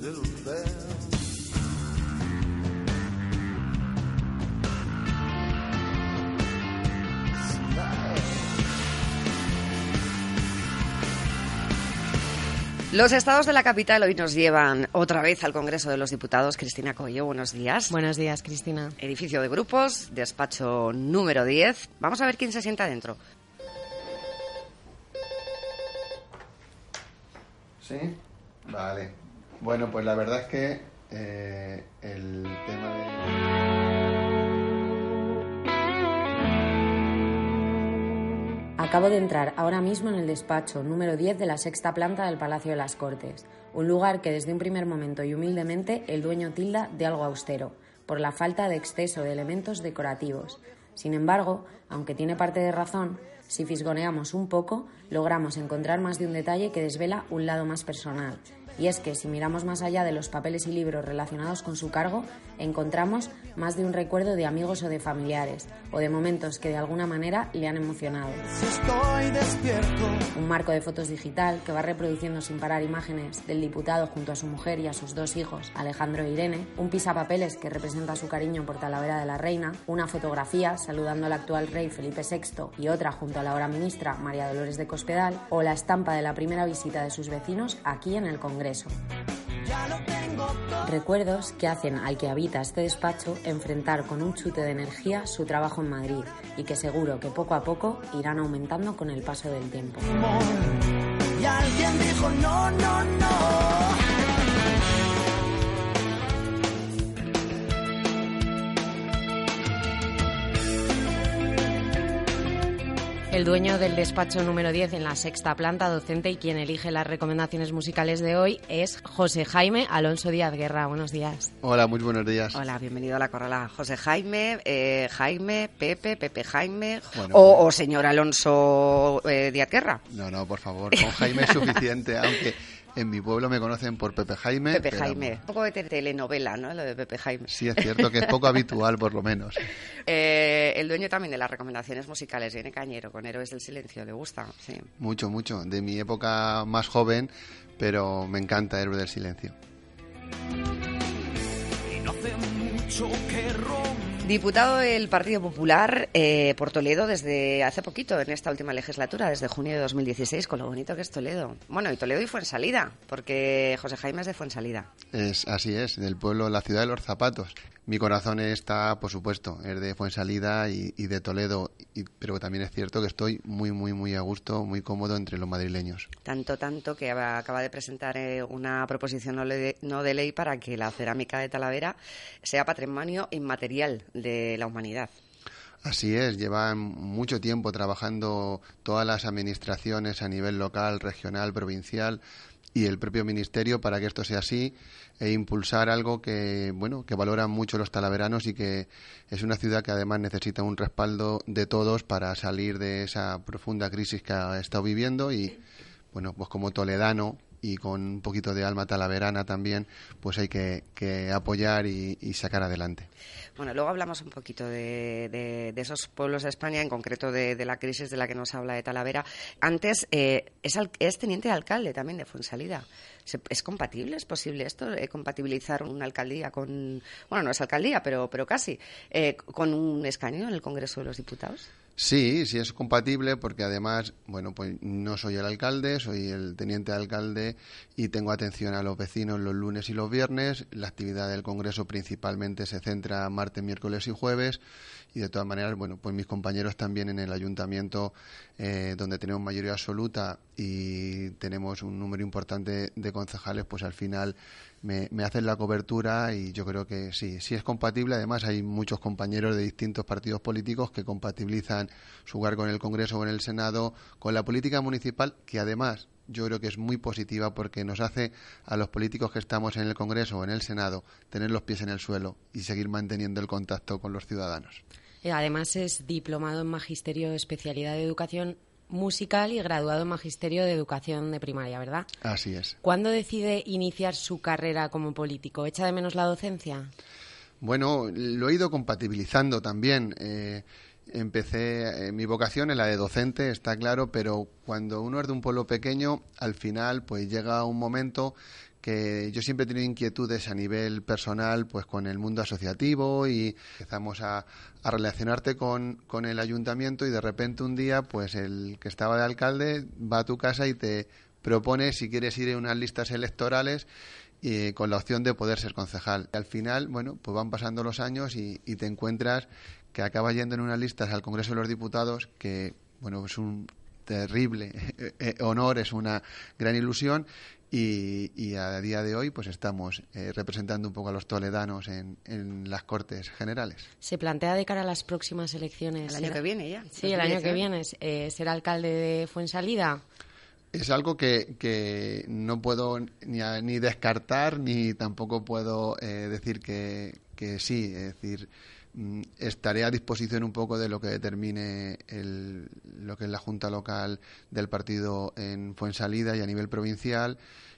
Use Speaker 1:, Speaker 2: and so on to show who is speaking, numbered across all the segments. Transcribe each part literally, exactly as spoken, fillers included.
Speaker 1: little bells.
Speaker 2: Los estados de la capital hoy nos llevan otra vez al Congreso de los Diputados. Cristina Coello, buenos días.
Speaker 3: Buenos días, Cristina.
Speaker 2: Edificio de grupos, despacho número diez. Vamos a ver quién se sienta dentro.
Speaker 4: ¿Sí? Vale. Bueno, pues la verdad es que eh, el tema de...
Speaker 3: Acabo de entrar ahora mismo en el despacho número diez de la sexta planta del Palacio de las Cortes, un lugar que desde un primer momento y humildemente el dueño tilda de algo austero, por la falta de exceso de elementos decorativos. Sin embargo, aunque tiene parte de razón, si fisgoneamos un poco, logramos encontrar más de un detalle que desvela un lado más personal. Y es que si miramos más allá de los papeles y libros relacionados con su cargo, encontramos más de un recuerdo de amigos o de familiares, o de momentos que de alguna manera le han emocionado.
Speaker 1: Si estoy despierto.
Speaker 3: Un marco de fotos digital que va reproduciendo sin parar imágenes del diputado junto a su mujer y a sus dos hijos, Alejandro e Irene, un pisapapeles que representa su cariño por Talavera de la Reina, una fotografía saludando al actual rey Felipe sexto y otra junto a la ahora ministra María Dolores de Cospedal, o la estampa de la primera visita de sus vecinos aquí en el Congreso. Recuerdos que hacen al que habita este despacho enfrentar con un chute de energía su trabajo en Madrid y que seguro que poco a poco irán aumentando con el paso del tiempo.
Speaker 1: Y alguien dijo no, no, no.
Speaker 3: El dueño del despacho número diez en la sexta planta, docente y quien elige las recomendaciones musicales de hoy es José Jaime Alonso Díaz Guerra. Buenos días.
Speaker 4: Hola, muy buenos días.
Speaker 2: Hola, bienvenido a La Corrala. José Jaime, eh, Jaime, Pepe, Pepe Jaime,
Speaker 4: Bueno,
Speaker 2: o,
Speaker 4: pues...
Speaker 2: o señor Alonso eh, Díaz Guerra.
Speaker 4: No, no, por favor, con Jaime es suficiente, aunque... En mi pueblo me conocen por Pepe Jaime.
Speaker 2: Pepe
Speaker 4: pero...
Speaker 2: Jaime. Un poco de telenovela, ¿no? Lo de Pepe Jaime.
Speaker 4: Sí, es cierto que es poco habitual, por lo menos.
Speaker 2: Eh, el dueño también de las recomendaciones musicales, viene cañero, con Héroes del Silencio, ¿le gusta? Sí.
Speaker 4: Mucho, mucho. De mi época más joven, pero me encanta Héroe del Silencio.
Speaker 1: Y no hace mucho que rompe.
Speaker 2: Diputado del Partido Popular eh, por Toledo desde hace poquito, en esta última legislatura, desde junio de dos mil dieciséis, con lo bonito que es Toledo. Bueno, y Toledo y Fuensalida, porque José Jaime es de Fuensalida.
Speaker 4: Es, así es, del pueblo, la ciudad de los zapatos. Mi corazón está, por supuesto, es de Fuensalida y, y de Toledo, y, pero también es cierto que estoy muy, muy, muy a gusto, muy cómodo entre los madrileños.
Speaker 2: Tanto, tanto que acaba de presentar eh, una proposición no de, no de ley para que la cerámica de Talavera sea patrimonio inmaterial de la humanidad.
Speaker 4: Así es, llevan mucho tiempo trabajando todas las administraciones a nivel local, regional, provincial y el propio ministerio para que esto sea así e impulsar algo que, bueno, que valoran mucho los talaveranos y que es una ciudad que además necesita un respaldo de todos para salir de esa profunda crisis que ha estado viviendo y, bueno, pues como toledano y con un poquito de alma talaverana también, pues hay que, que apoyar y, y sacar adelante.
Speaker 2: Bueno, luego hablamos un poquito de, de, de esos pueblos de España, en concreto de, de la crisis de la que nos habla de Talavera. Antes, eh, es, al, es teniente de alcalde también de Fuensalida. ¿Es compatible? ¿Es posible esto? Eh, ¿Compatibilizar una alcaldía con... Bueno, no es alcaldía, pero, pero casi. Eh, ¿Con un escaño en el Congreso de los Diputados?
Speaker 4: Sí, sí es compatible porque además, bueno, pues no soy el alcalde, soy el teniente de alcalde y tengo atención a los vecinos los lunes y los viernes. La actividad del Congreso principalmente se centra martes, miércoles y jueves y de todas maneras, bueno, pues mis compañeros también en el ayuntamiento eh, donde tenemos mayoría absoluta y tenemos un número importante de concejales, pues al final me, me hacen la cobertura y yo creo que sí, sí es compatible. Además hay muchos compañeros de distintos partidos políticos que compatibilizan su lugar con el Congreso o en el Senado con la política municipal, que además yo creo que es muy positiva porque nos hace a los políticos que estamos en el Congreso o en el Senado tener los pies en el suelo y seguir manteniendo el contacto con los ciudadanos.
Speaker 3: Además es diplomado en Magisterio de Especialidad de Educación Musical y graduado en Magisterio de Educación de Primaria, ¿verdad?
Speaker 4: Así es.
Speaker 3: ¿Cuándo decide iniciar su carrera como político? ¿Echa de menos la docencia?
Speaker 4: Bueno, lo he ido compatibilizando también. Eh, empecé, eh, mi vocación es la de docente, está claro, pero cuando uno es de un pueblo pequeño, al final pues llega un momento que yo siempre he tenido inquietudes a nivel personal pues con el mundo asociativo y empezamos a, a relacionarte con, con el ayuntamiento y de repente un día pues el que estaba de alcalde va a tu casa y te propone si quieres ir en unas listas electorales y con la opción de poder ser concejal. Al final, bueno, pues van pasando los años y, y te encuentras que acabas yendo en unas listas al Congreso de los Diputados, que, bueno, es un terrible eh, honor, es una gran ilusión, y, y a día de hoy pues estamos eh, representando un poco a los toledanos en, en las Cortes Generales.
Speaker 3: ¿Se plantea de cara a las próximas elecciones?
Speaker 2: El año
Speaker 3: ser...
Speaker 2: que viene ya.
Speaker 3: Sí, el año que viene, eh, ser alcalde de Fuensalida.
Speaker 4: Es algo que, que no puedo ni, a, ni descartar ni tampoco puedo eh, decir que, que sí. Es decir, mm, estaré a disposición un poco de lo que determine el, lo que es la Junta Local del partido en Fuensalida y a nivel provincial,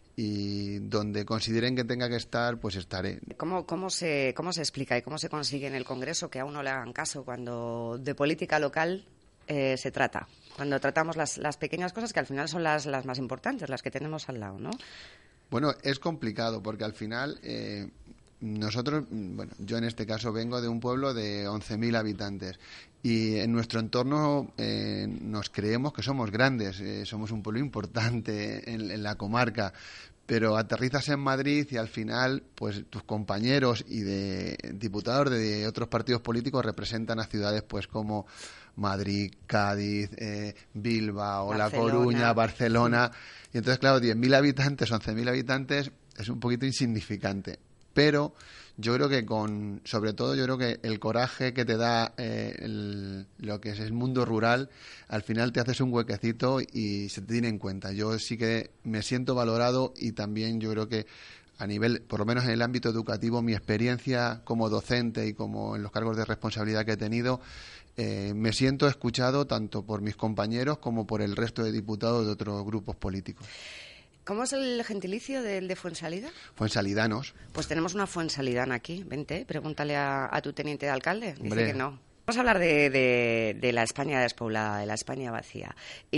Speaker 4: y donde consideren que tenga que estar, pues estaré.
Speaker 2: ¿Cómo, cómo, se, ¿Cómo se explica y cómo se consigue en el Congreso que a uno le hagan caso cuando de política local eh, se trata? Cuando tratamos las, las pequeñas cosas que al final son las, las más importantes, las que tenemos al lado, ¿no?
Speaker 4: Bueno, es complicado porque al final eh, nosotros, bueno, yo en este caso vengo de un pueblo de once mil habitantes y en nuestro entorno eh, nos creemos que somos grandes, eh, somos un pueblo importante en, en la comarca, pero aterrizas en Madrid y al final pues tus compañeros y de diputados de otros partidos políticos representan a ciudades pues como Madrid, Cádiz, eh, Bilbao, Barcelona. La Coruña, Barcelona. Y entonces, claro, diez mil habitantes, once mil habitantes es un poquito insignificante. Pero yo creo que con, sobre todo yo creo que el coraje que te da eh, el, lo que es el mundo rural, al final te haces un huequecito y se te tiene en cuenta. Yo sí que me siento valorado y también yo creo que a nivel, por lo menos en el ámbito educativo, mi experiencia como docente y como en los cargos de responsabilidad que he tenido, eh, me siento escuchado tanto por mis compañeros como por el resto de diputados de otros grupos políticos.
Speaker 2: ¿Cómo es el gentilicio del de Fuensalida?
Speaker 4: Fuensalidanos.
Speaker 2: Pues tenemos una fuensalidana aquí. Vente, pregúntale a, a tu teniente de alcalde. Dice
Speaker 4: Hombre.
Speaker 2: que no. Vamos a hablar de, de, de la España despoblada, de la España vacía.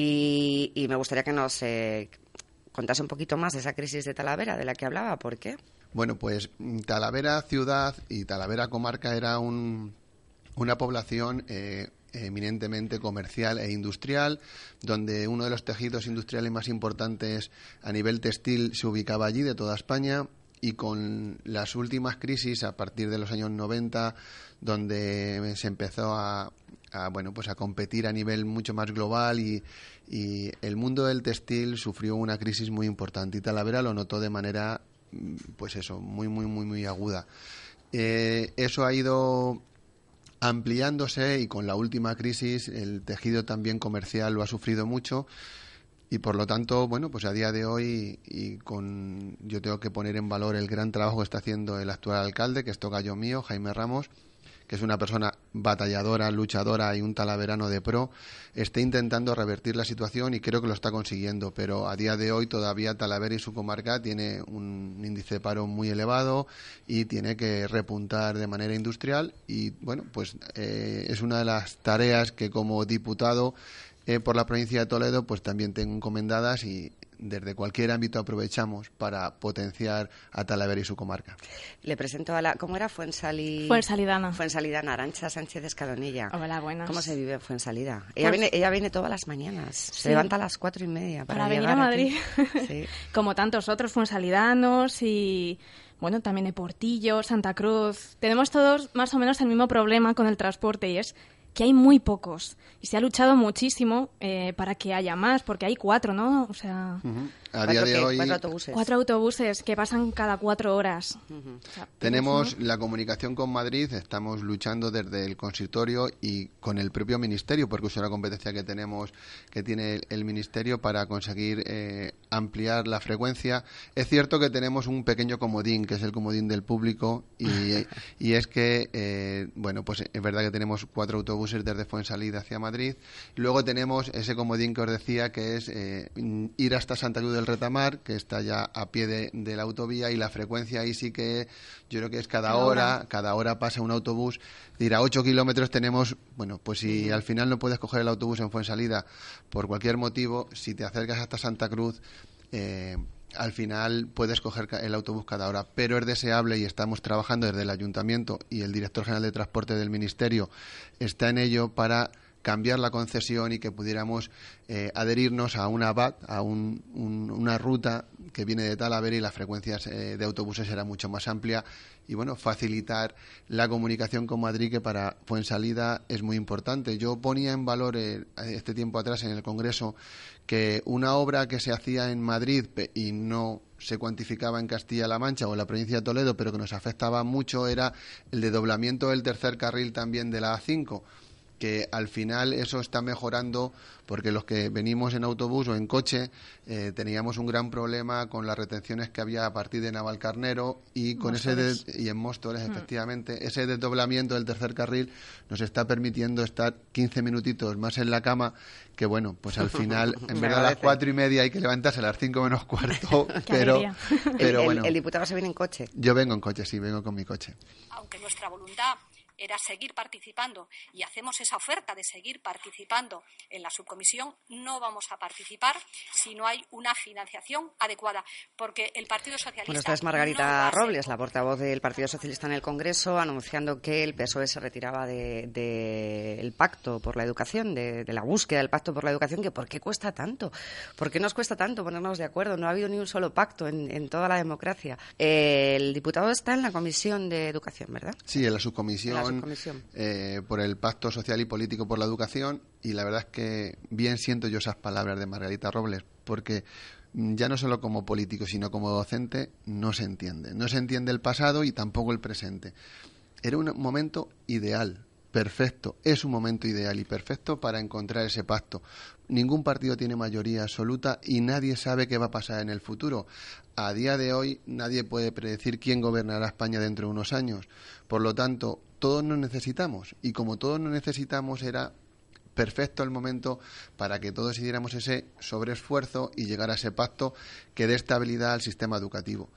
Speaker 2: Y, y me gustaría que nos eh, contase un poquito más de esa crisis de Talavera de la que hablaba. ¿Por qué?
Speaker 4: Bueno, pues Talavera ciudad y Talavera comarca era un, una población eh, eminentemente comercial e industrial, donde uno de los tejidos industriales más importantes a nivel textil se ubicaba allí, de toda España, y con las últimas crisis a partir de los años noventa, donde se empezó a, a bueno pues a competir a nivel mucho más global y, y el mundo del textil sufrió una crisis muy importante y Talavera lo notó de manera pues eso muy muy muy muy aguda. Eh, eso ha ido ampliándose y con la última crisis el tejido también comercial lo ha sufrido mucho y por lo tanto, bueno, pues a día de hoy y con yo tengo que poner en valor el gran trabajo que está haciendo el actual alcalde, que es tocayo mío, Jaime Ramos, que es una persona batalladora, luchadora y un talaverano de pro, esté intentando revertir la situación y creo que lo está consiguiendo, pero a día de hoy todavía Talavera y su comarca tiene un índice de paro muy elevado y tiene que repuntar de manera industrial y bueno, pues eh, es una de las tareas que como diputado eh, por la provincia de Toledo pues también tengo encomendadas y desde cualquier ámbito aprovechamos para potenciar a Talavera y su comarca.
Speaker 2: Le presento a la... ¿Cómo era? Fuensali...
Speaker 5: Fuensalidana.
Speaker 2: Fuensalidana, Arantxa Sánchez Escalonilla.
Speaker 5: Hola, buenas.
Speaker 2: ¿Cómo se vive en Fuensalida?
Speaker 5: Pues...
Speaker 2: Ella, viene, ella viene todas las mañanas. Sí. Se levanta a las cuatro y media para,
Speaker 5: para venir
Speaker 2: llegar
Speaker 5: a Madrid.
Speaker 2: Sí.
Speaker 5: Como tantos otros fuensalidanos y... Bueno, también de Portillo, Santa Cruz. Tenemos todos más o menos el mismo problema con el transporte y es que hay muy pocos. Y se ha luchado muchísimo eh, para que haya más, porque hay cuatro, ¿no? O sea...
Speaker 4: Uh-huh. A día de hoy...
Speaker 2: Cuatro autobuses.
Speaker 5: Cuatro autobuses que pasan cada cuatro horas.
Speaker 2: Uh-huh.
Speaker 5: O sea,
Speaker 4: tenemos ¿no? La comunicación con Madrid, estamos luchando desde el consistorio y con el propio ministerio, porque es una competencia que tenemos, que tiene el ministerio para conseguir eh, ampliar la frecuencia. Es cierto que tenemos un pequeño comodín, que es el comodín del público, y, y es que, eh, bueno, pues es verdad que tenemos cuatro autobuses desde Fuensalida hacia Madrid. Luego tenemos ese comodín que os decía, que es eh, ir hasta Santa Cruz del Retamar, que está ya a pie de, de la autovía, y la frecuencia ahí sí que yo creo que es cada, cada hora, hora, cada hora pasa un autobús. Es decir, a ocho kilómetros tenemos, bueno, pues si al final no puedes coger el autobús en Fuensalida por cualquier motivo, si te acercas hasta Santa Cruz, eh, al final puedes coger el autobús cada hora, pero es deseable y estamos trabajando desde el Ayuntamiento y el Director General de Transporte del Ministerio está en ello para cambiar la concesión y que pudiéramos eh, adherirnos a una V A T, a un, un, una ruta que viene de Talavera y las frecuencias eh, de autobuses será mucho más amplia y bueno, facilitar la comunicación con Madrid, que para Fuensalida es muy importante. Yo ponía en valor eh, este tiempo atrás en el Congreso que una obra que se hacía en Madrid y no se cuantificaba en Castilla-La Mancha o en la provincia de Toledo, pero que nos afectaba mucho, era el desdoblamiento del tercer carril también de la A cinco, que al final eso está mejorando porque los que venimos en autobús o en coche eh, teníamos un gran problema con las retenciones que había a partir de Navalcarnero y con Móstoles. ese de, y en Móstoles, mm. efectivamente, ese desdoblamiento del tercer carril nos está permitiendo estar quince minutitos más en la cama, que bueno, pues al final en verdad a las cuatro y media hay que levantarse a las cinco menos cuarto, pero, pero
Speaker 2: el,
Speaker 4: bueno.
Speaker 2: El, el diputado se viene en coche.
Speaker 4: Yo vengo en coche, sí, vengo con mi coche.
Speaker 6: Aunque nuestra voluntad era seguir participando y hacemos esa oferta de seguir participando en la subcomisión, no vamos a participar si no hay una financiación adecuada, porque el Partido Socialista...
Speaker 2: Bueno, esta es Margarita no Robles, la portavoz del Partido Socialista en el Congreso, anunciando que el P S O E se retiraba del de, de pacto por la educación, de, de la búsqueda del pacto por la educación, que ¿por qué cuesta tanto? ¿Por qué nos cuesta tanto ponernos de acuerdo? No ha habido ni un solo pacto en, en toda la democracia. Eh, el diputado está en la Comisión de Educación, ¿verdad?
Speaker 4: Sí, en la subcomisión. Eh, por el Pacto Social y Político por la Educación, y la verdad es que bien siento yo esas palabras de Margarita Robles, porque ya no solo como político sino como docente no se entiende, no se entiende el pasado y tampoco el presente. Era un momento ideal, perfecto, es un momento ideal y perfecto para encontrar ese pacto. Ningún partido tiene mayoría absoluta y nadie sabe qué va a pasar en el futuro. A día de hoy nadie puede predecir quién gobernará España dentro de unos años. Por lo tanto, todos nos necesitamos y como todos nos necesitamos era perfecto el momento para que todos hiciéramos ese sobreesfuerzo y llegar a ese pacto que dé estabilidad al sistema educativo.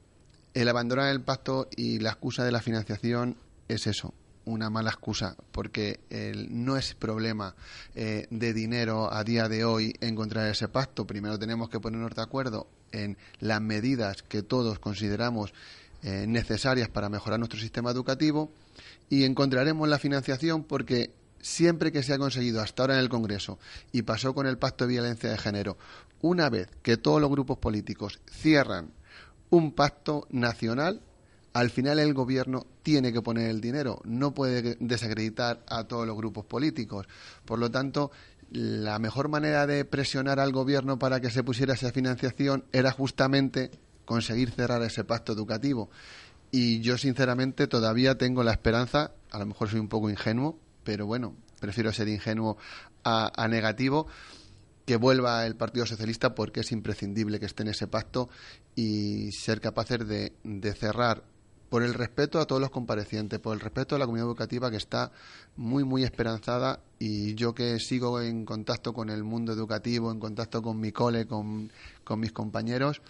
Speaker 4: El abandonar el pacto y la excusa de la financiación es eso, una mala excusa, porque el, no es problema eh, de dinero a día de hoy encontrar ese pacto. Primero tenemos que ponernos de acuerdo en las medidas que todos consideramos eh, necesarias para mejorar nuestro sistema educativo y encontraremos la financiación, porque siempre que se ha conseguido hasta ahora en el Congreso, y pasó con el Pacto de Violencia de Género, una vez que todos los grupos políticos cierran un pacto nacional, al final el Gobierno tiene que poner el dinero, no puede desacreditar a todos los grupos políticos. Por lo tanto, la mejor manera de presionar al Gobierno para que se pusiera esa financiación era justamente conseguir cerrar ese pacto educativo. Y yo, sinceramente, todavía tengo la esperanza, a lo mejor soy un poco ingenuo, pero bueno, prefiero ser ingenuo a, a negativo, que vuelva el Partido Socialista, porque es imprescindible que esté en ese pacto y ser capaces de, de cerrar, por el respeto a todos los comparecientes, por el respeto a la comunidad educativa, que está muy, muy esperanzada, y yo que sigo en contacto con el mundo educativo, en contacto con mi cole, con, con mis compañeros,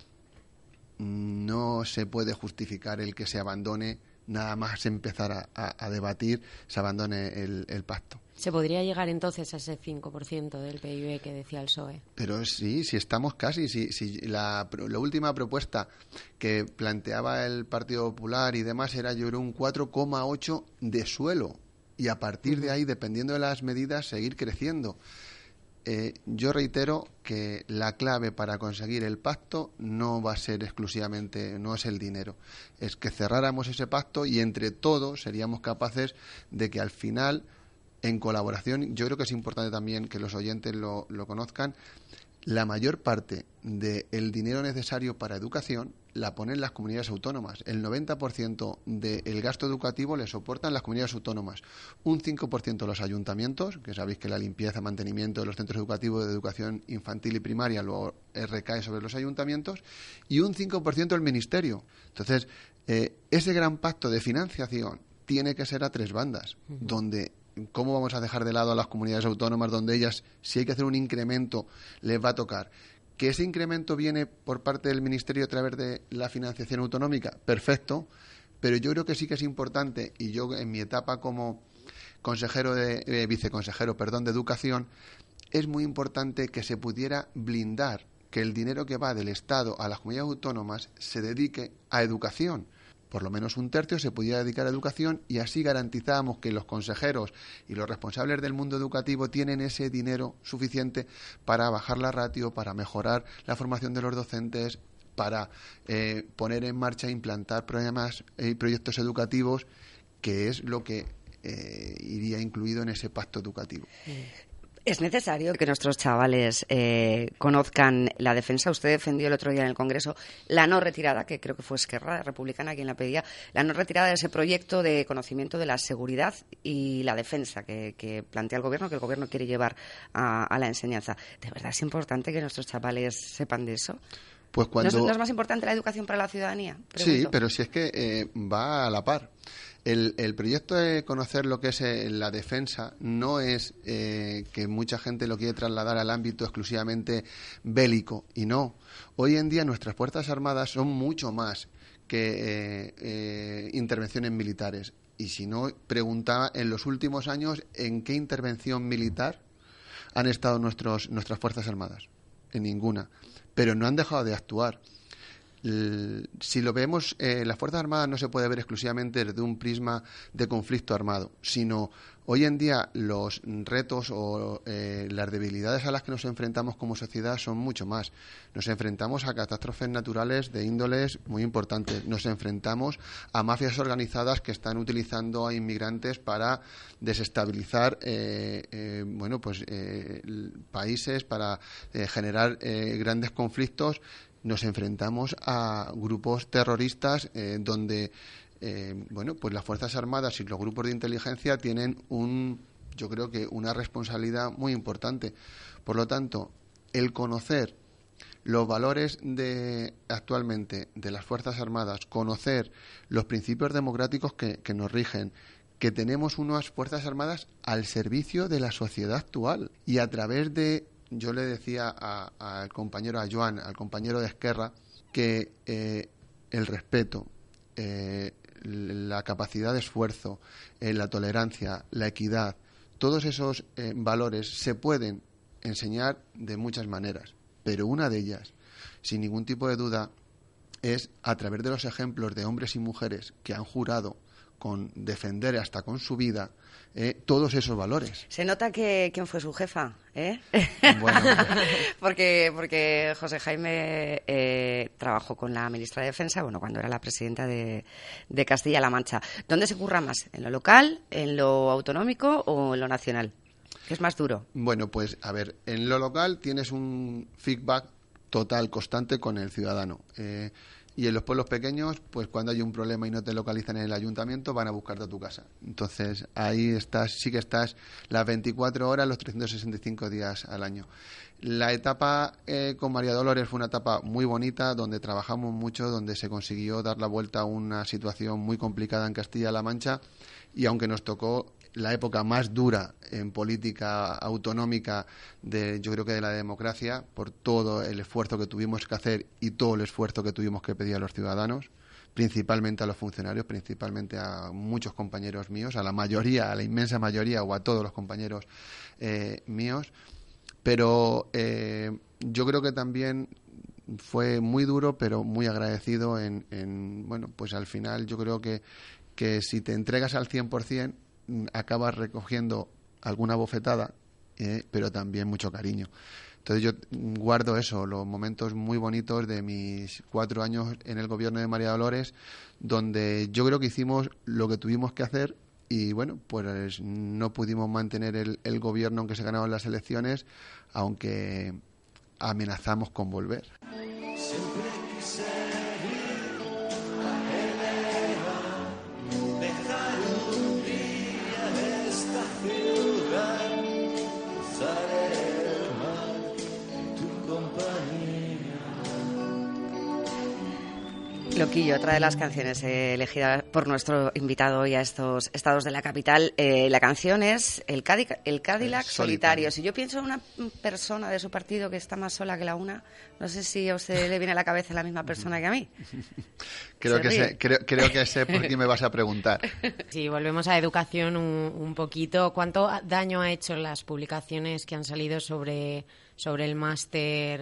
Speaker 4: no se puede justificar el que se abandone, nada más empezar a, a, a debatir, se abandone el, el pacto.
Speaker 3: ¿Se podría llegar entonces a ese cinco por ciento del P I B que decía el P S O E?
Speaker 4: Pero sí, si estamos casi. Si, si la, la última propuesta que planteaba el Partido Popular y demás era, yo creo, un cuatro coma ocho de suelo. Y a partir de ahí, dependiendo de las medidas, seguir creciendo. Eh, yo reitero que la clave para conseguir el pacto no va a ser exclusivamente, no es el dinero, es que cerráramos ese pacto y entre todos seríamos capaces de que al final, en colaboración, yo creo que es importante también que los oyentes lo, lo conozcan, la mayor parte del dinero necesario para educación la ponen las comunidades autónomas. El noventa por ciento del gasto educativo le soportan las comunidades autónomas. Un cinco por ciento los ayuntamientos, que sabéis que la limpieza, mantenimiento de los centros educativos de educación infantil y primaria lo recae sobre los ayuntamientos, y un cinco por ciento el ministerio. Entonces, eh, ese gran pacto de financiación tiene que ser a tres bandas, uh-huh. donde ¿cómo vamos a dejar de lado a las comunidades autónomas, donde ellas, si hay que hacer un incremento, les va a tocar? ¿Que ese incremento viene por parte del Ministerio a través de la financiación autonómica? Perfecto, pero yo creo que sí que es importante, y yo en mi etapa como consejero de, eh, viceconsejero, perdón, de Educación, es muy importante que se pudiera blindar que el dinero que va del Estado a las comunidades autónomas se dedique a educación. Por lo menos un tercio se pudiera dedicar a educación y así garantizábamos que los consejeros y los responsables del mundo educativo tienen ese dinero suficiente para bajar la ratio, para mejorar la formación de los docentes, para eh, poner en marcha e implantar programas y proyectos educativos, que es lo que eh, iría incluido en ese pacto educativo.
Speaker 2: Es necesario que nuestros chavales eh, conozcan la defensa. Usted defendió el otro día en el Congreso la no retirada, que creo que fue Esquerra Republicana quien la pedía, la no retirada de ese proyecto de conocimiento de la seguridad y la defensa que, que plantea el Gobierno, que el Gobierno quiere llevar a, a la enseñanza. ¿De verdad es importante que nuestros chavales sepan de eso?
Speaker 4: Pues cuando...
Speaker 2: ¿No es, no es más importante la educación para la ciudadanía? Pregunto.
Speaker 4: Sí, pero si es que eh, va a la par. El, el proyecto de conocer lo que es eh, la defensa no es eh, que mucha gente lo quiere trasladar al ámbito exclusivamente bélico, y no. Hoy en día nuestras Fuerzas Armadas son mucho más que eh, eh, intervenciones militares. Y si no, preguntaba en los últimos años en qué intervención militar han estado nuestros, nuestras Fuerzas Armadas. En ninguna. Pero no han dejado de actuar. Si lo vemos, eh, las Fuerzas Armadas no se puede ver exclusivamente desde un prisma de conflicto armado, sino hoy en día los retos o eh, las debilidades a las que nos enfrentamos como sociedad son mucho más. Nos enfrentamos a catástrofes naturales de índoles muy importantes. Nos enfrentamos a mafias organizadas que están utilizando a inmigrantes para desestabilizar eh, eh, bueno, pues, eh, países, para eh, generar eh, grandes conflictos. Nos enfrentamos a grupos terroristas eh, donde eh, bueno, pues las Fuerzas Armadas y los grupos de inteligencia tienen un, yo creo que una responsabilidad muy importante. Por lo tanto, el conocer los valores de actualmente de las Fuerzas Armadas, conocer los principios democráticos que, que nos rigen, que tenemos unas Fuerzas Armadas al servicio de la sociedad actual y a través de... Yo le decía al compañero, a Joan, al compañero de Esquerra, que eh, el respeto, eh, la capacidad de esfuerzo, eh, la tolerancia, la equidad, todos esos eh, valores se pueden enseñar de muchas maneras, pero una de ellas, sin ningún tipo de duda, es a través de los ejemplos de hombres y mujeres que han jurado con defender hasta con su vida eh, todos esos valores.
Speaker 2: Se nota que quién fue su jefa, ¿eh?
Speaker 4: Bueno,
Speaker 2: porque porque José Jaime eh, trabajó con la ministra de Defensa, bueno, cuando era la presidenta de, de Castilla-La Mancha. ¿Dónde se curra más? ¿En lo local, en lo autonómico o en lo nacional? ¿Qué es más duro?
Speaker 4: Bueno, pues a ver, en lo local tienes un feedback total, constante con el ciudadano. Eh, Y en los pueblos pequeños, pues cuando hay un problema y no te localizan en el ayuntamiento, van a buscarte a tu casa. Entonces, ahí estás, sí que estás las veinticuatro horas, los trescientos sesenta y cinco días al año. La etapa eh, con María Dolores fue una etapa muy bonita, donde trabajamos mucho, donde se consiguió dar la vuelta a una situación muy complicada en Castilla-La Mancha, y aunque nos tocó la época más dura en política autonómica de, yo creo que de la democracia, por todo el esfuerzo que tuvimos que hacer y todo el esfuerzo que tuvimos que pedir a los ciudadanos, principalmente a los funcionarios, principalmente a muchos compañeros míos, a la mayoría, a la inmensa mayoría o a todos los compañeros eh, míos, pero eh, yo creo que también fue muy duro, pero muy agradecido en, en, bueno, pues al final yo creo que, que si te entregas al cien por ciento acabas recogiendo alguna bofetada, eh, pero también mucho cariño. Entonces yo guardo eso, los momentos muy bonitos de mis cuatro años en el gobierno de María Dolores, donde yo creo que hicimos lo que tuvimos que hacer y bueno, pues no pudimos mantener el, el gobierno aunque se ganaron las elecciones, aunque amenazamos con volver.
Speaker 1: Siempre quise
Speaker 2: Loquillo, otra de las canciones eh, elegidas por nuestro invitado hoy a estos estados de la capital. Eh, la canción es El Cadillac, el Cadillac
Speaker 4: eh,
Speaker 2: solitario. solitario. Si yo pienso en una persona de su partido que está más sola que la una, no sé si a usted le viene a la cabeza la misma persona que a mí.
Speaker 4: Creo,
Speaker 2: Se
Speaker 4: que sé, creo, creo que sé por qué me vas a preguntar.
Speaker 3: Sí, volvemos a educación un, un poquito. ¿Cuánto daño ha hecho las publicaciones que han salido sobre, sobre el máster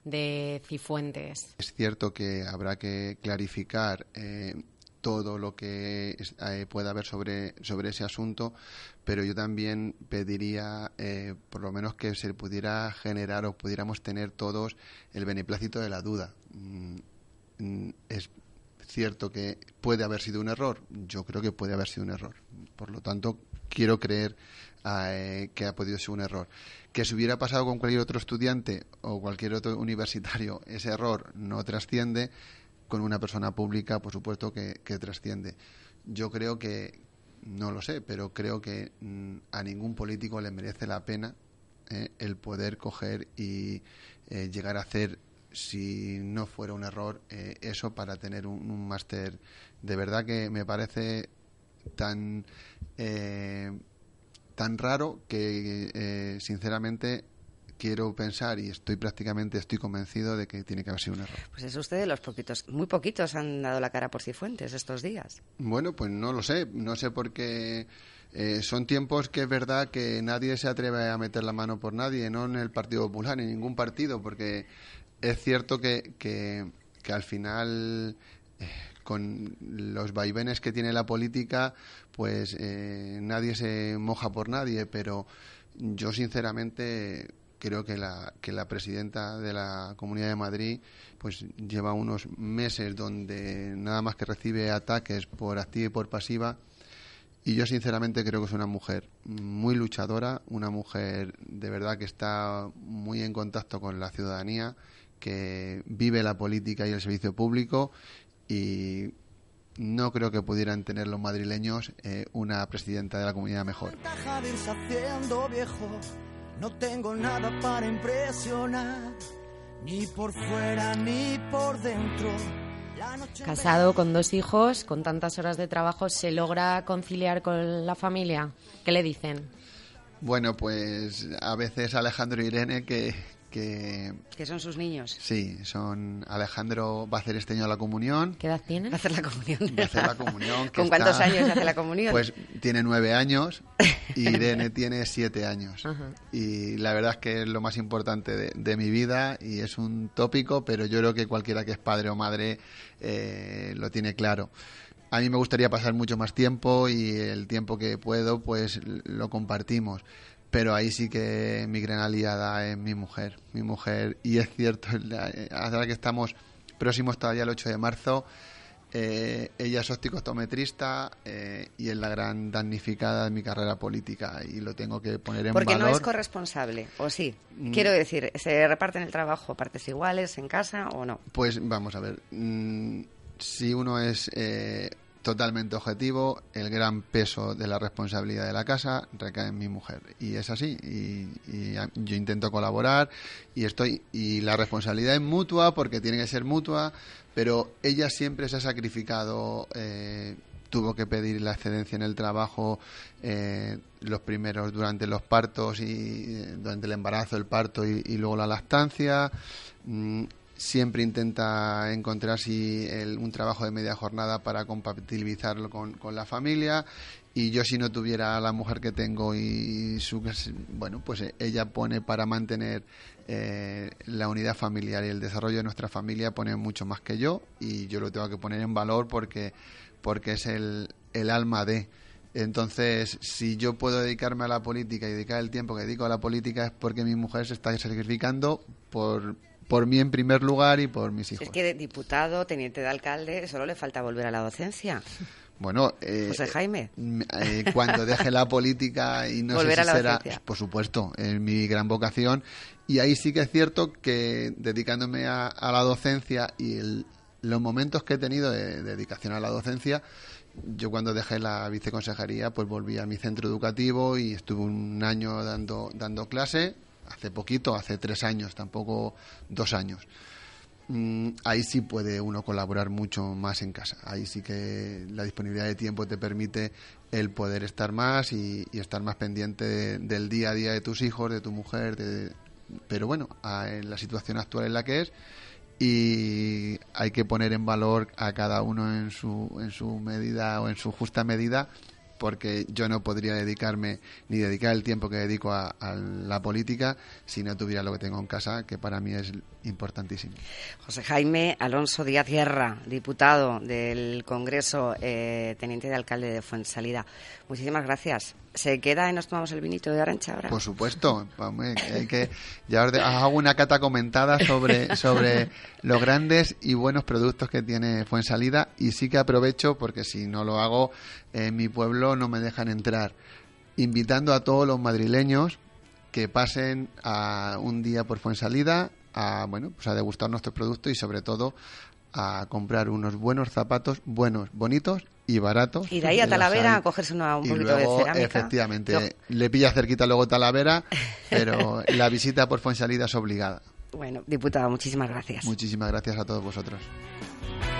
Speaker 3: de Cifuentes.
Speaker 4: Es cierto que habrá que clarificar eh, todo lo que es, eh, pueda haber sobre, sobre ese asunto, pero yo también pediría eh, por lo menos que se pudiera generar o pudiéramos tener todos el beneplácito de la duda. Mm, es cierto que puede haber sido un error, yo creo que puede haber sido un error, por lo tanto quiero creer eh, que ha podido ser un error. Que si hubiera pasado con cualquier otro estudiante o cualquier otro universitario, ese error no trasciende. Con una persona pública, por supuesto que, que trasciende. Yo creo que, no lo sé, pero creo que mm, a ningún político le merece la pena eh, el poder coger y eh, llegar a hacer, si no fuera un error, eh, eso para tener un, un máster. De verdad que me parece tan eh, tan raro que, eh, sinceramente, quiero pensar y estoy prácticamente estoy convencido de que tiene que haber sido un error.
Speaker 2: Pues es usted de los poquitos, muy poquitos han dado la cara por Cifuentes estos días.
Speaker 4: Bueno, pues no lo sé, no sé por qué. Eh, son tiempos que es verdad que nadie se atreve a meter la mano por nadie, no en el Partido Popular, ni en ningún partido, porque es cierto que, que, que al final, eh, con los vaivenes que tiene la política, pues eh, nadie se moja por nadie, pero yo sinceramente creo que la, que la presidenta de la Comunidad de Madrid pues lleva unos meses donde nada más que recibe ataques por activa y por pasiva, y yo sinceramente creo que es una mujer muy luchadora, una mujer de verdad que está muy en contacto con la ciudadanía, que vive la política y el servicio público, y no creo que pudieran tener los madrileños eh, una presidenta de la comunidad mejor.
Speaker 1: No tengo nada para impresionar, ni por fuera ni por dentro.
Speaker 3: Casado con dos hijos, con tantas horas de trabajo, ¿se logra conciliar con la familia? ¿Qué le dicen?
Speaker 4: Bueno, pues a veces Alejandro y Irene que... Que,
Speaker 2: que son sus niños.
Speaker 4: Sí, son. Alejandro va a hacer este año la comunión.
Speaker 3: ¿Qué edad tiene?
Speaker 2: Va a hacer la comunión.
Speaker 4: Va a hacer la comunión.
Speaker 2: ¿Con
Speaker 4: está,
Speaker 2: cuántos años hace la comunión?
Speaker 4: Pues tiene nueve años y Irene tiene siete años.
Speaker 3: Ajá.
Speaker 4: Y la verdad es que es lo más importante de, de mi vida y es un tópico, pero yo creo que cualquiera que es padre o madre eh, lo tiene claro. A mí me gustaría pasar mucho más tiempo y el tiempo que puedo pues lo compartimos. Pero ahí sí que mi gran aliada es mi mujer, mi mujer, y es cierto, ahora que estamos próximos todavía el ocho de marzo, eh, ella es optometrista eh, y es la gran damnificada de mi carrera política y lo tengo que poner en
Speaker 2: Porque
Speaker 4: valor.
Speaker 2: Porque no es corresponsable, ¿o sí? Mm. Quiero decir, ¿se reparten el trabajo partes iguales en casa o no?
Speaker 4: Pues vamos a ver, mmm, si uno es... Eh, totalmente objetivo, el gran peso de la responsabilidad de la casa recae en mi mujer y es así y, y yo intento colaborar y estoy y la responsabilidad es mutua porque tiene que ser mutua, pero ella siempre se ha sacrificado, eh, tuvo que pedir la excedencia en el trabajo eh, los primeros durante los partos y eh, durante el embarazo, el parto y, y luego la lactancia. mm, Siempre intenta encontrar si el, un trabajo de media jornada para compatibilizarlo con, con la familia, y yo si no tuviera a la mujer que tengo y su bueno pues ella pone para mantener eh, la unidad familiar y el desarrollo de nuestra familia, pone mucho más que yo y yo lo tengo que poner en valor porque porque es el, el alma de. Entonces, si yo puedo dedicarme a la política y dedicar el tiempo que dedico a la política es porque mi mujer se está sacrificando por por mí en primer lugar y por mis hijos.
Speaker 2: Es que de diputado, teniente de alcalde, solo le falta volver a la docencia.
Speaker 4: Bueno, eh,
Speaker 2: José Jaime.
Speaker 4: Eh, cuando deje la política y no
Speaker 2: volver
Speaker 4: sé si
Speaker 2: a la
Speaker 4: será,
Speaker 2: docencia.
Speaker 4: Por supuesto, es mi gran vocación. Y ahí sí que es cierto que dedicándome a, a la docencia y el, los momentos que he tenido de, de dedicación a la docencia, yo cuando dejé la viceconsejería, pues volví a mi centro educativo y estuve un año dando dando clase. Hace poquito, hace tres años, tampoco dos años. Mm, ahí sí puede uno colaborar mucho más en casa. Ahí sí que la disponibilidad de tiempo te permite el poder estar más y, y estar más pendiente de, del día a día de tus hijos, de tu mujer. De, pero bueno, a, en la situación actual en la que es, y hay que poner en valor a cada uno en su, en su medida o en su justa medida, porque yo no podría dedicarme ni dedicar el tiempo que dedico a, a la política si no tuviera lo que tengo en casa, que para mí es importantísimo.
Speaker 2: José Jaime Alonso Díaz Guerra, diputado del Congreso, eh, teniente de alcalde de Fuensalida. Muchísimas gracias. ¿Se queda y nos tomamos el vinito de Arantxa ahora?
Speaker 4: Por supuesto. Vamos, hay que, ya os, de, os hago una cata comentada sobre, sobre los grandes y buenos productos que tiene Fuensalida, y sí que aprovecho, porque si no lo hago, en mi pueblo no me dejan entrar, invitando a todos los madrileños que pasen a un día por Fuensalida a, bueno, pues a degustar nuestros productos y sobre todo a comprar unos buenos zapatos, buenos, bonitos y baratos.
Speaker 2: Y de ahí a Talavera a cogerse una, un
Speaker 4: y
Speaker 2: poquito
Speaker 4: luego,
Speaker 2: de cerámica.
Speaker 4: Efectivamente,
Speaker 2: Yo...
Speaker 4: le pilla cerquita luego Talavera, pero la visita por Fuensalida es obligada.
Speaker 2: Bueno, diputado, muchísimas gracias.
Speaker 4: Muchísimas gracias a todos vosotros.